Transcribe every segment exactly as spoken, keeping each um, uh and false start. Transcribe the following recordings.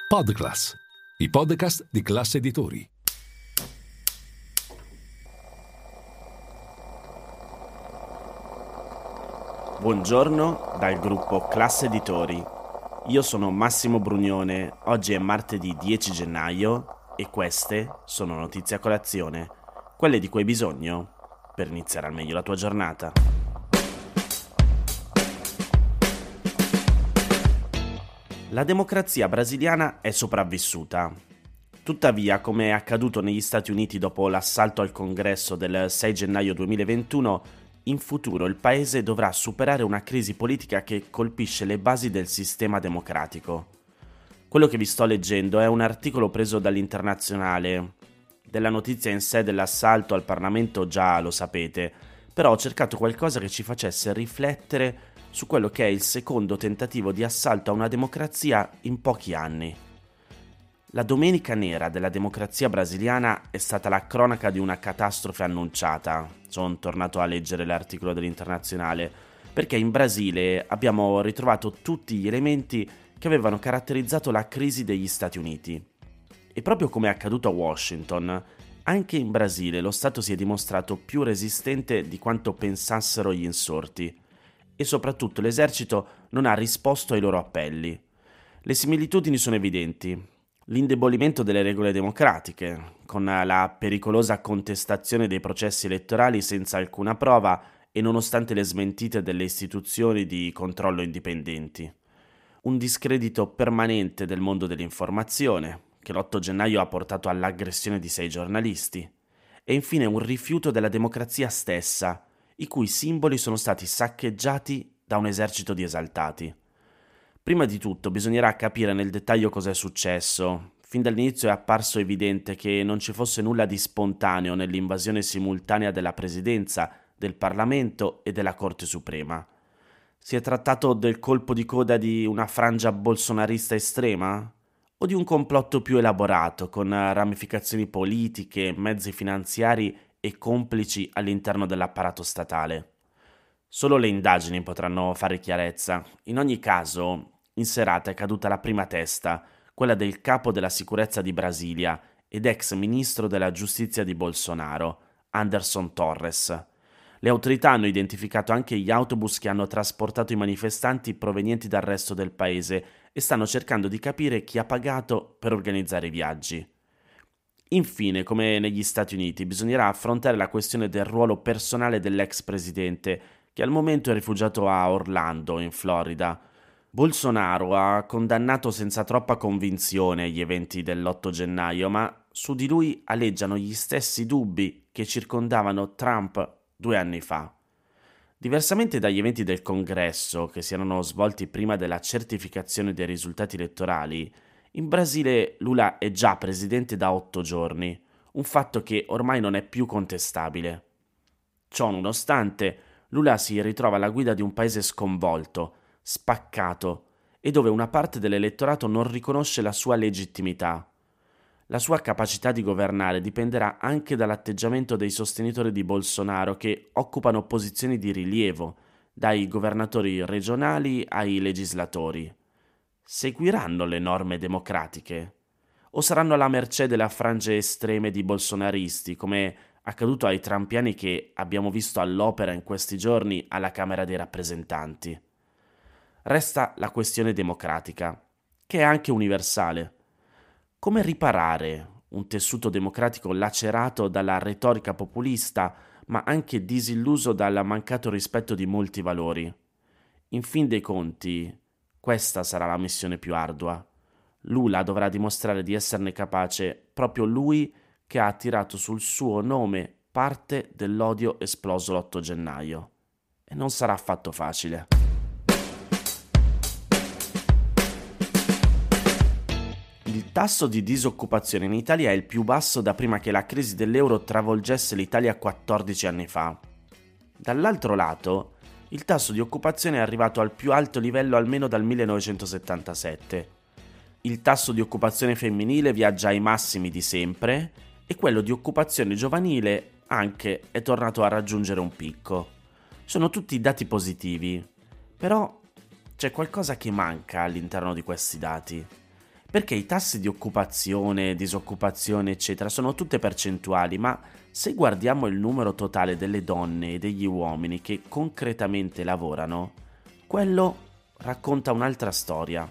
Podclass, i podcast di Classe Editori. Buongiorno dal gruppo Classe Editori. Io sono Massimo Brugnone, oggi è martedì dieci gennaio e queste sono notizie a colazione, quelle di cui hai bisogno per iniziare al meglio la tua giornata. La democrazia brasiliana è sopravvissuta. Tuttavia, come è accaduto negli Stati Uniti dopo l'assalto al Congresso del sei gennaio duemilaventuno, in futuro il paese dovrà superare una crisi politica che colpisce le basi del sistema democratico. Quello che vi sto leggendo è un articolo preso dall'Internazionale. Della notizia in sé dell'assalto al Parlamento già lo sapete, però ho cercato qualcosa che ci facesse riflettere su quello che è il secondo tentativo di assalto a una democrazia in pochi anni. La domenica nera della democrazia brasiliana è stata la cronaca di una catastrofe annunciata. Sono tornato a leggere l'articolo dell'Internazionale perché in Brasile abbiamo ritrovato tutti gli elementi che avevano caratterizzato la crisi degli Stati Uniti. E proprio come è accaduto a Washington, anche in Brasile lo Stato si è dimostrato più resistente di quanto pensassero gli insorti. E soprattutto l'esercito non ha risposto ai loro appelli. Le similitudini sono evidenti. L'indebolimento delle regole democratiche, con la pericolosa contestazione dei processi elettorali senza alcuna prova e nonostante le smentite delle istituzioni di controllo indipendenti. Un discredito permanente del mondo dell'informazione, che l'otto gennaio ha portato all'aggressione di sei giornalisti. E infine un rifiuto della democrazia stessa, i cui simboli sono stati saccheggiati da un esercito di esaltati. Prima di tutto bisognerà capire nel dettaglio cosa è successo. Fin dall'inizio è apparso evidente che non ci fosse nulla di spontaneo nell'invasione simultanea della Presidenza, del Parlamento e della Corte Suprema. Si è trattato del colpo di coda di una frangia bolsonarista estrema? O di un complotto più elaborato, con ramificazioni politiche, mezzi finanziari e complici all'interno dell'apparato statale? Solo le indagini potranno fare chiarezza. In ogni caso, in serata è caduta la prima testa, quella del capo della sicurezza di Brasilia ed ex ministro della giustizia di Bolsonaro, Anderson Torres. Le autorità hanno identificato anche gli autobus che hanno trasportato i manifestanti provenienti dal resto del paese e stanno cercando di capire chi ha pagato per organizzare i viaggi. Infine, come negli Stati Uniti, bisognerà affrontare la questione del ruolo personale dell'ex presidente, che al momento è rifugiato a Orlando, in Florida. Bolsonaro ha condannato senza troppa convinzione gli eventi dell'otto gennaio, ma su di lui aleggiano gli stessi dubbi che circondavano Trump due anni fa. Diversamente dagli eventi del Congresso, che si erano svolti prima della certificazione dei risultati elettorali, in Brasile Lula è già presidente da otto giorni, un fatto che ormai non è più contestabile. Ciò nonostante, Lula si ritrova alla guida di un paese sconvolto, spaccato e dove una parte dell'elettorato non riconosce la sua legittimità. La sua capacità di governare dipenderà anche dall'atteggiamento dei sostenitori di Bolsonaro che occupano posizioni di rilievo, dai governatori regionali ai legislatori. Seguiranno le norme democratiche? O saranno alla mercé delle frange estreme di bolsonaristi, come accaduto ai trampiani che abbiamo visto all'opera in questi giorni alla Camera dei Rappresentanti? Resta la questione democratica, che è anche universale. Come riparare un tessuto democratico lacerato dalla retorica populista, ma anche disilluso dal mancato rispetto di molti valori? In fin dei conti, questa sarà la missione più ardua. Lula dovrà dimostrare di esserne capace, proprio lui che ha attirato sul suo nome parte dell'odio esploso l'otto gennaio. E non sarà affatto facile. Il tasso di disoccupazione in Italia è il più basso da prima che la crisi dell'euro travolgesse l'Italia quattordici anni fa. Dall'altro lato, il tasso di occupazione è arrivato al più alto livello almeno dal millenovecentosettantasette. Il tasso di occupazione femminile viaggia ai massimi di sempre e quello di occupazione giovanile anche è tornato a raggiungere un picco. Sono tutti dati positivi, però c'è qualcosa che manca all'interno di questi dati. Perché i tassi di occupazione, disoccupazione, eccetera, sono tutte percentuali, ma se guardiamo il numero totale delle donne e degli uomini che concretamente lavorano, quello racconta un'altra storia.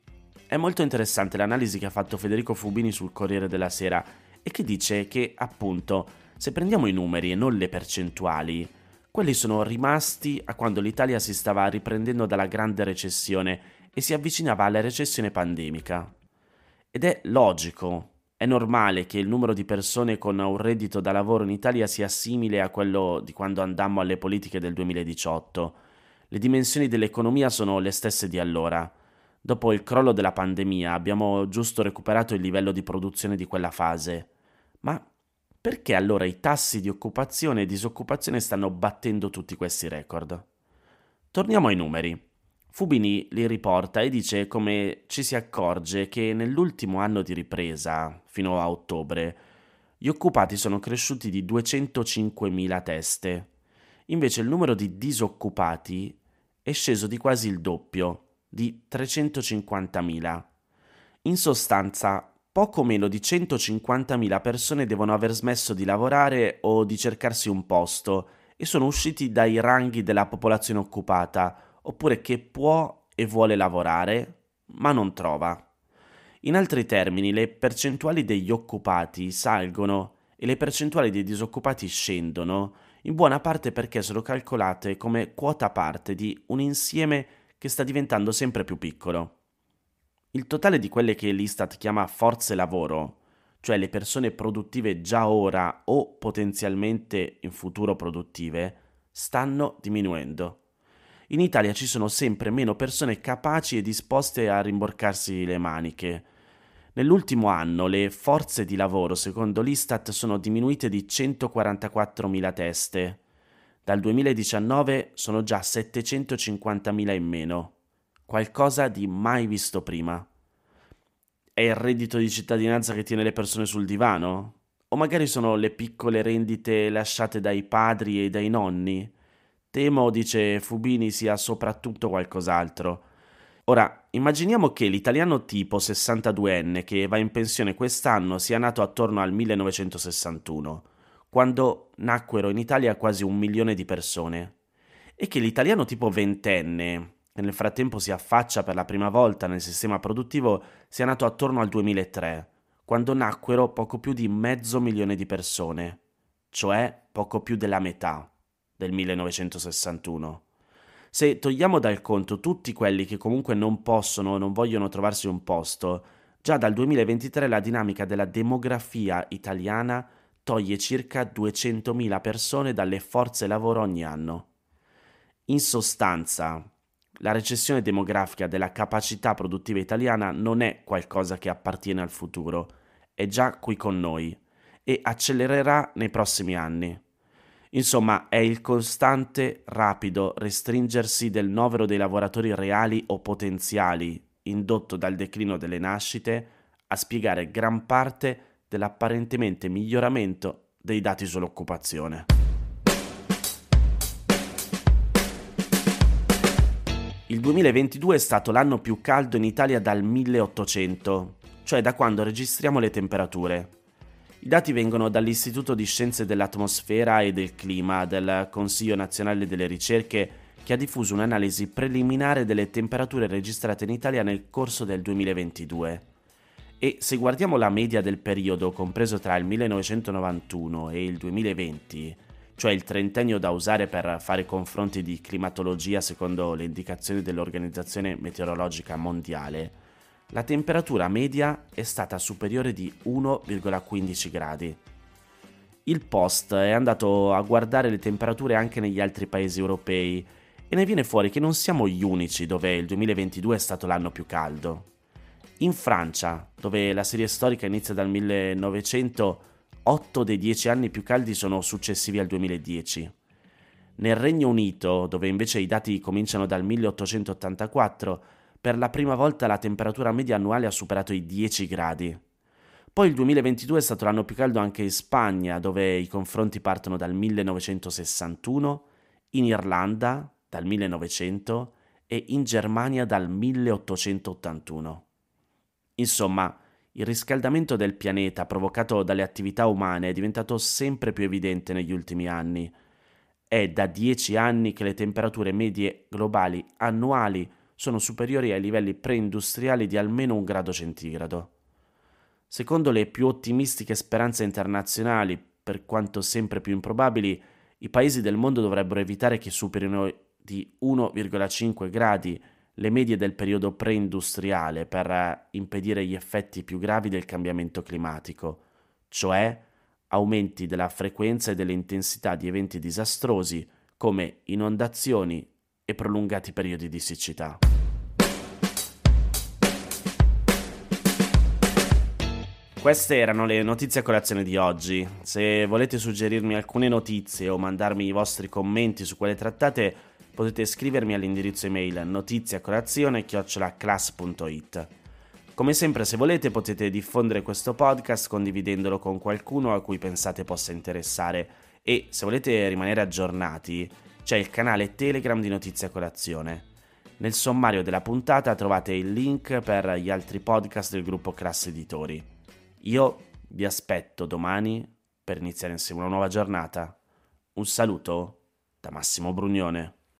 È molto interessante l'analisi che ha fatto Federico Fubini sul Corriere della Sera e che dice che, appunto, se prendiamo i numeri e non le percentuali, quelli sono rimasti a quando l'Italia si stava riprendendo dalla grande recessione e si avvicinava alla recessione pandemica. Ed è logico, è normale che il numero di persone con un reddito da lavoro in Italia sia simile a quello di quando andammo alle politiche del duemiladiciotto. Le dimensioni dell'economia sono le stesse di allora. Dopo il crollo della pandemia abbiamo giusto recuperato il livello di produzione di quella fase. Ma perché allora i tassi di occupazione e disoccupazione stanno battendo tutti questi record? Torniamo ai numeri. Fubini li riporta e dice come ci si accorge che nell'ultimo anno di ripresa, fino a ottobre, gli occupati sono cresciuti di duecentocinquemila teste. Invece il numero di disoccupati è sceso di quasi il doppio, di trecentocinquantamila. In sostanza, poco meno di centocinquantamila persone devono aver smesso di lavorare o di cercarsi un posto e sono usciti dai ranghi della popolazione occupata, oppure che può e vuole lavorare, ma non trova. In altri termini, le percentuali degli occupati salgono e le percentuali dei disoccupati scendono, in buona parte perché sono calcolate come quota parte di un insieme che sta diventando sempre più piccolo. Il totale di quelle che l'Istat chiama forze lavoro, cioè le persone produttive già ora o potenzialmente in futuro produttive, stanno diminuendo. In Italia ci sono sempre meno persone capaci e disposte a rimborcarsi le maniche. Nell'ultimo anno le forze di lavoro, secondo l'Istat, sono diminuite di centoquarantaquattromila teste. Dal duemiladiciannove sono già settecentocinquantamila in meno, qualcosa di mai visto prima. È il reddito di cittadinanza che tiene le persone sul divano? O magari sono le piccole rendite lasciate dai padri e dai nonni? Temo, dice Fubini, sia soprattutto qualcos'altro. Ora, immaginiamo che l'italiano tipo sessantaduenne che va in pensione quest'anno sia nato attorno al millenovecentosessantuno, quando nacquero in Italia quasi un milione di persone, e che l'italiano tipo ventenne, che nel frattempo si affaccia per la prima volta nel sistema produttivo, sia nato attorno al duemilatré, quando nacquero poco più di mezzo milione di persone, cioè poco più della metà del millenovecentosessantuno. Se togliamo dal conto tutti quelli che comunque non possono o non vogliono trovarsi un posto, già dal duemilaventitré la dinamica della demografia italiana toglie circa duecentomila persone dalle forze lavoro ogni anno. In sostanza, la recessione demografica della capacità produttiva italiana non è qualcosa che appartiene al futuro, è già qui con noi e accelererà nei prossimi anni. Insomma, è il costante, rapido restringersi del novero dei lavoratori reali o potenziali, indotto dal declino delle nascite, a spiegare gran parte dell'apparentemente miglioramento dei dati sull'occupazione. Il duemilaventidue è stato l'anno più caldo in Italia dal milleottocento, cioè da quando registriamo le temperature. I dati vengono dall'Istituto di Scienze dell'Atmosfera e del Clima del Consiglio Nazionale delle Ricerche, che ha diffuso un'analisi preliminare delle temperature registrate in Italia nel corso del duemilaventidue. E se guardiamo la media del periodo compreso tra il millenovecentonovantuno e il duemilaventi, cioè il trentennio da usare per fare confronti di climatologia secondo le indicazioni dell'Organizzazione Meteorologica Mondiale, la temperatura media è stata superiore di uno virgola quindici gradi. Il Post è andato a guardare le temperature anche negli altri paesi europei e ne viene fuori che non siamo gli unici dove il duemilaventidue è stato l'anno più caldo. In Francia, dove la serie storica inizia dal millenovecento, otto dei dieci anni più caldi sono successivi al duemiladieci. Nel Regno Unito, dove invece i dati cominciano dal milleottocentottantaquattro, per la prima volta la temperatura media annuale ha superato i dieci gradi. Poi il duemilaventidue è stato l'anno più caldo anche in Spagna, dove i confronti partono dal millenovecentosessantuno, in Irlanda dal millenovecento e in Germania dal milleottocentottantuno. Insomma, il riscaldamento del pianeta provocato dalle attività umane è diventato sempre più evidente negli ultimi anni. È da dieci anni che le temperature medie globali annuali sono superiori ai livelli preindustriali di almeno un grado centigrado. Secondo le più ottimistiche speranze internazionali, per quanto sempre più improbabili, i paesi del mondo dovrebbero evitare che superino di uno virgola cinque gradi le medie del periodo preindustriale per impedire gli effetti più gravi del cambiamento climatico, cioè aumenti della frequenza e dell'intensità di eventi disastrosi come inondazioni e prolungati periodi di siccità. Queste erano le notizie a colazione di oggi. Se volete suggerirmi alcune notizie o mandarmi i vostri commenti su quelle trattate, potete scrivermi all'indirizzo email notiziacolazione chiocciola class punto it. Come sempre, se volete, potete diffondere questo podcast condividendolo con qualcuno a cui pensate possa interessare e, se volete rimanere aggiornati, c'è il canale Telegram di Notizie a Colazione. Nel sommario della puntata trovate il link per gli altri podcast del gruppo Class Editori. Io vi aspetto domani per iniziare insieme una nuova giornata. Un saluto da Massimo Brugnone.